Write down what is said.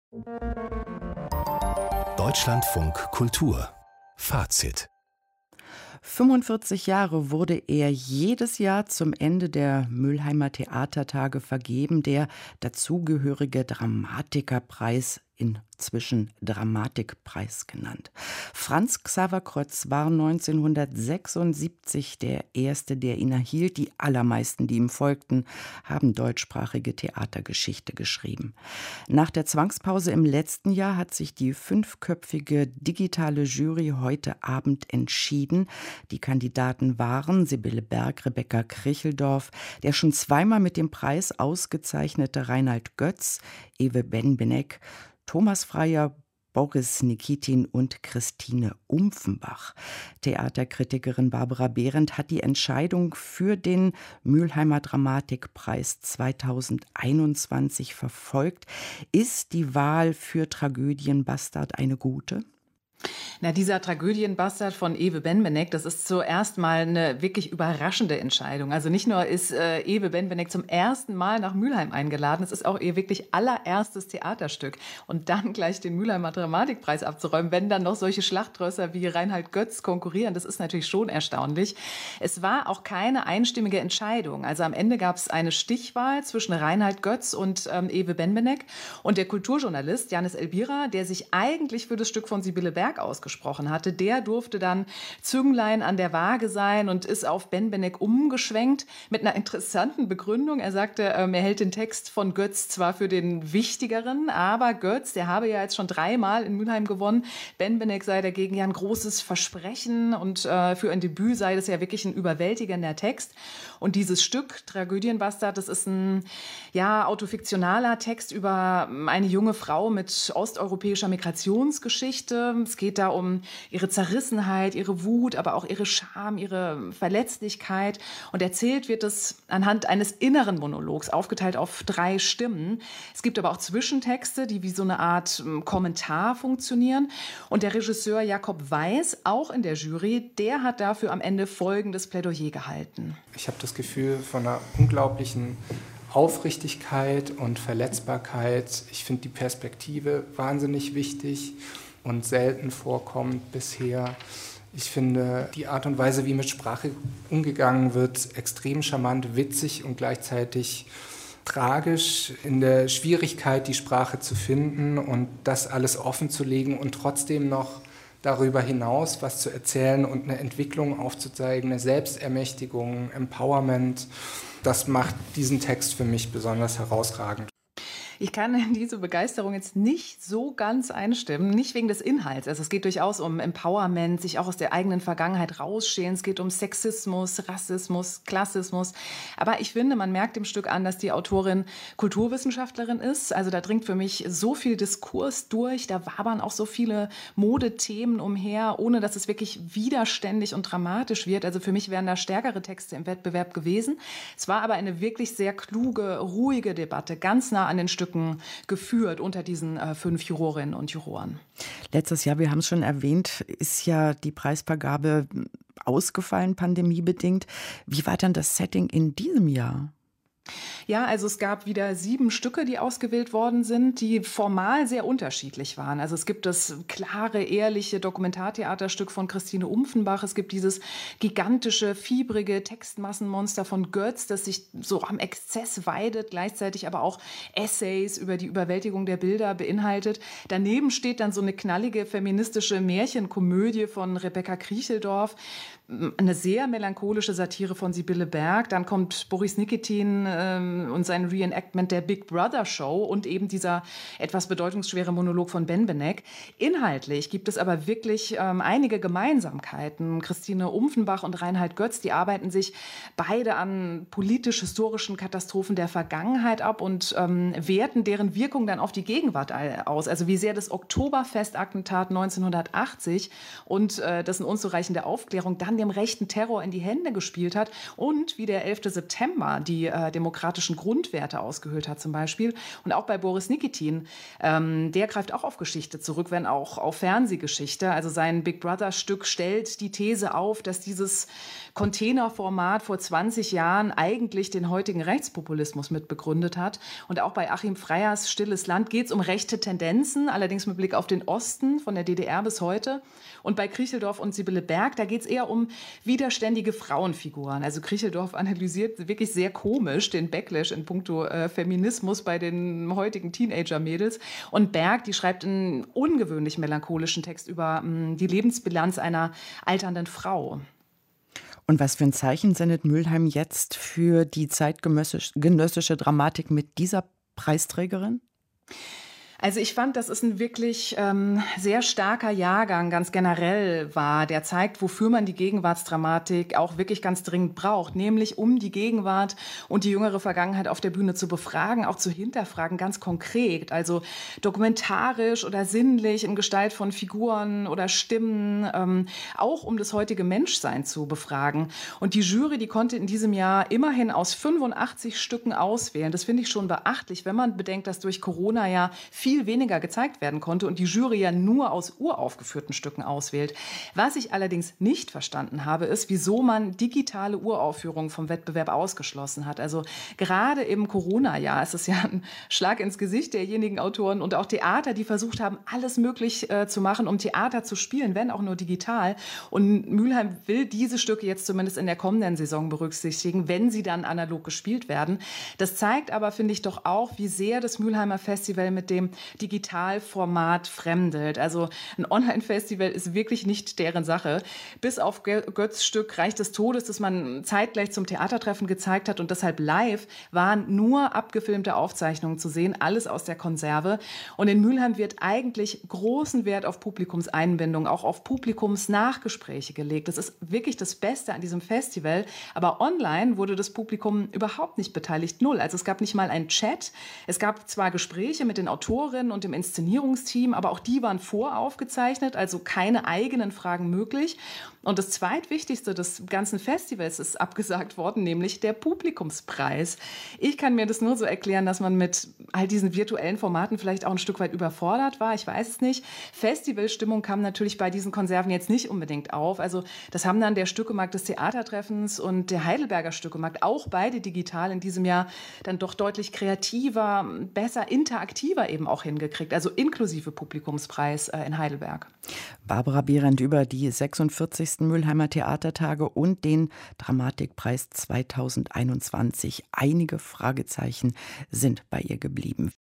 Deutschlandfunk Kultur Fazit. 45 Jahre wurde er jedes Jahr zum Ende der Mülheimer Theatertage vergeben, der dazugehörige Dramatikerpreis, inzwischen Dramatikpreis genannt. Franz Xaver Krötz war 1976 der Erste, der ihn erhielt. Die allermeisten, die ihm folgten, haben deutschsprachige Theatergeschichte geschrieben. Nach der Zwangspause im letzten Jahr hat sich die 5-köpfige digitale Jury heute Abend entschieden. Die Kandidaten waren Sibylle Berg, Rebecca Kricheldorf, der schon zweimal mit dem Preis ausgezeichnete Reinhard Götz, Ewe Benbenek, Thomas Freyer, Boris Nikitin und Christine Umpfenbach. Theaterkritikerin Barbara Behrendt hat die Entscheidung für den Mülheimer Dramatikpreis 2021 verfolgt. Ist die Wahl für Tragödienbastard eine gute? Na, dieser Tragödienbastard von Ewe Benbenek, das ist zuerst mal eine wirklich überraschende Entscheidung. Also nicht nur ist Ewe Benbenek zum ersten Mal nach Mülheim eingeladen, es ist auch ihr wirklich allererstes Theaterstück. Und dann gleich den Mülheimer Dramatikpreis abzuräumen, wenn dann noch solche Schlachtrösser wie Reinhard Götz konkurrieren, das ist natürlich schon erstaunlich. Es war auch keine einstimmige Entscheidung. Also am Ende gab es eine Stichwahl zwischen Reinhard Götz und Ewe Benbenek. Und der Kulturjournalist Janis Elbira, der sich eigentlich für das Stück von Sibylle Berg ausgesprochen hatte, der durfte dann Zünglein an der Waage sein und ist auf Benbenek umgeschwenkt mit einer interessanten Begründung. Er sagte, er hält den Text von Götz zwar für den wichtigeren, aber Götz, der habe ja jetzt schon 3-mal in Mülheim gewonnen. Benbenek sei dagegen ja ein großes Versprechen und für ein Debüt sei das ja wirklich ein überwältigender Text. Und dieses Stück, Tragödienbastard, das ist ein autofiktionaler Text über eine junge Frau mit osteuropäischer Migrationsgeschichte. Es geht da um ihre Zerrissenheit, ihre Wut, aber auch ihre Scham, ihre Verletzlichkeit. Und erzählt wird es anhand eines inneren Monologs, aufgeteilt auf 3 Stimmen. Es gibt aber auch Zwischentexte, die wie so eine Art Kommentar funktionieren. Und der Regisseur Jakob Weiß, auch in der Jury, der hat dafür am Ende folgendes Plädoyer gehalten. Ich habe das Gefühl von einer unglaublichen Aufrichtigkeit und Verletzbarkeit. Ich finde die Perspektive wahnsinnig wichtig und selten vorkommt bisher. Ich finde die Art und Weise, wie mit Sprache umgegangen wird, extrem charmant, witzig und gleichzeitig tragisch in der Schwierigkeit, die Sprache zu finden und das alles offen zu legen und trotzdem noch darüber hinaus was zu erzählen und eine Entwicklung aufzuzeigen, eine Selbstermächtigung, Empowerment. Das macht diesen Text für mich besonders herausragend. Ich kann in diese Begeisterung jetzt nicht so ganz einstimmen, nicht wegen des Inhalts. Also es geht durchaus um Empowerment, sich auch aus der eigenen Vergangenheit rausschälen. Es geht um Sexismus, Rassismus, Klassismus. Aber ich finde, man merkt dem Stück an, dass die Autorin Kulturwissenschaftlerin ist. Also da dringt für mich so viel Diskurs durch. Da wabern auch so viele Modethemen umher, ohne dass es wirklich widerständig und dramatisch wird. Also für mich wären da stärkere Texte im Wettbewerb gewesen. Es war aber eine wirklich sehr kluge, ruhige Debatte, ganz nah an den Stücken geführt unter diesen 5 Jurorinnen und Juroren. Letztes Jahr, wir haben es schon erwähnt, ist ja die Preisvergabe ausgefallen, pandemiebedingt. Wie war dann das Setting in diesem Jahr? Ja, also es gab wieder 7 Stücke, die ausgewählt worden sind, die formal sehr unterschiedlich waren. Also es gibt das klare, ehrliche Dokumentartheaterstück von Christine Umpfenbach. Es gibt dieses gigantische, fiebrige Textmassenmonster von Götz, das sich so am Exzess weidet, gleichzeitig aber auch Essays über die Überwältigung der Bilder beinhaltet. Daneben steht dann so eine knallige feministische Märchenkomödie von Rebecca Kricheldorf, eine sehr melancholische Satire von Sibylle Berg. Dann kommt Boris Nikitin und sein Reenactment der Big Brother Show und eben dieser etwas bedeutungsschwere Monolog von Benbenek. Inhaltlich gibt es aber wirklich einige Gemeinsamkeiten. Christine Umpfenbach und Reinhard Götz, die arbeiten sich beide an politisch-historischen Katastrophen der Vergangenheit ab und werten deren Wirkung dann auf die Gegenwart aus. Also wie sehr das Oktoberfestattentat 1980 und dessen unzureichende Aufklärung dann dem rechten Terror in die Hände gespielt hat und wie der 11. September die demokratischen Grundwerte ausgehöhlt hat zum Beispiel. Und auch bei Boris Nikitin, der greift auch auf Geschichte zurück, wenn auch auf Fernsehgeschichte. Also sein Big Brother-Stück stellt die These auf, dass dieses Containerformat vor 20 Jahren eigentlich den heutigen Rechtspopulismus mit begründet hat. Und auch bei Achim Freyers Stilles Land geht es um rechte Tendenzen, allerdings mit Blick auf den Osten von der DDR bis heute. Und bei Kricheldorf und Sibylle Berg, da geht es eher um widerständige Frauenfiguren. Also Kricheldorf analysiert wirklich sehr komisch den Backlash in puncto Feminismus bei den heutigen Teenager-Mädels. Und Berg, die schreibt einen ungewöhnlich melancholischen Text über die Lebensbilanz einer alternden Frau. Und was für ein Zeichen sendet Mülheim jetzt für die zeitgenössische Dramatik mit dieser Preisträgerin? Also ich fand, dass es ein wirklich sehr starker Jahrgang ganz generell war, der zeigt, wofür man die Gegenwartsdramatik auch wirklich ganz dringend braucht, nämlich um die Gegenwart und die jüngere Vergangenheit auf der Bühne zu befragen, auch zu hinterfragen, ganz konkret, also dokumentarisch oder sinnlich in Gestalt von Figuren oder Stimmen, auch um das heutige Menschsein zu befragen. Und die Jury, die konnte in diesem Jahr immerhin aus 85 Stücken auswählen. Das finde ich schon beachtlich, wenn man bedenkt, dass durch Corona ja viel weniger gezeigt werden konnte und die Jury ja nur aus uraufgeführten Stücken auswählt. Was ich allerdings nicht verstanden habe, ist, wieso man digitale Uraufführungen vom Wettbewerb ausgeschlossen hat. Also gerade im Corona-Jahr ist es ja ein Schlag ins Gesicht derjenigen Autoren und auch Theater, die versucht haben, alles möglich zu machen, um Theater zu spielen, wenn auch nur digital. Und Mülheim will diese Stücke jetzt zumindest in der kommenden Saison berücksichtigen, wenn sie dann analog gespielt werden. Das zeigt aber, finde ich, doch auch, wie sehr das Mülheimer Festival mit dem Digitalformat fremdelt. Also ein Online-Festival ist wirklich nicht deren Sache. Bis auf Götz' Stück Reich des Todes, das man zeitgleich zum Theatertreffen gezeigt hat und deshalb live, waren nur abgefilmte Aufzeichnungen zu sehen, alles aus der Konserve. Und in Mülheim wird eigentlich großen Wert auf Publikumseinbindung, auch auf Publikumsnachgespräche gelegt. Das ist wirklich das Beste an diesem Festival. Aber online wurde das Publikum überhaupt nicht beteiligt, null. Also es gab nicht mal einen Chat. Es gab zwar Gespräche mit den Autorinnen und dem Inszenierungsteam, aber auch die waren voraufgezeichnet, also keine eigenen Fragen möglich. Und das zweitwichtigste des ganzen Festivals ist abgesagt worden, nämlich der Publikumspreis. Ich kann mir das nur so erklären, dass man mit all diesen virtuellen Formaten vielleicht auch ein Stück weit überfordert war. Ich weiß es nicht. Festivalstimmung kam natürlich bei diesen Konserven jetzt nicht unbedingt auf. Also das haben dann der Stückemarkt des Theatertreffens und der Heidelberger Stückemarkt, auch beide digital in diesem Jahr, dann doch deutlich kreativer, besser, interaktiver eben auch hingekriegt. Also inklusive Publikumspreis in Heidelberg. Barbara Behrendt über die 46. Mülheimer Theatertage und den Dramatikpreis 2021. Einige Fragezeichen sind bei ihr geblieben.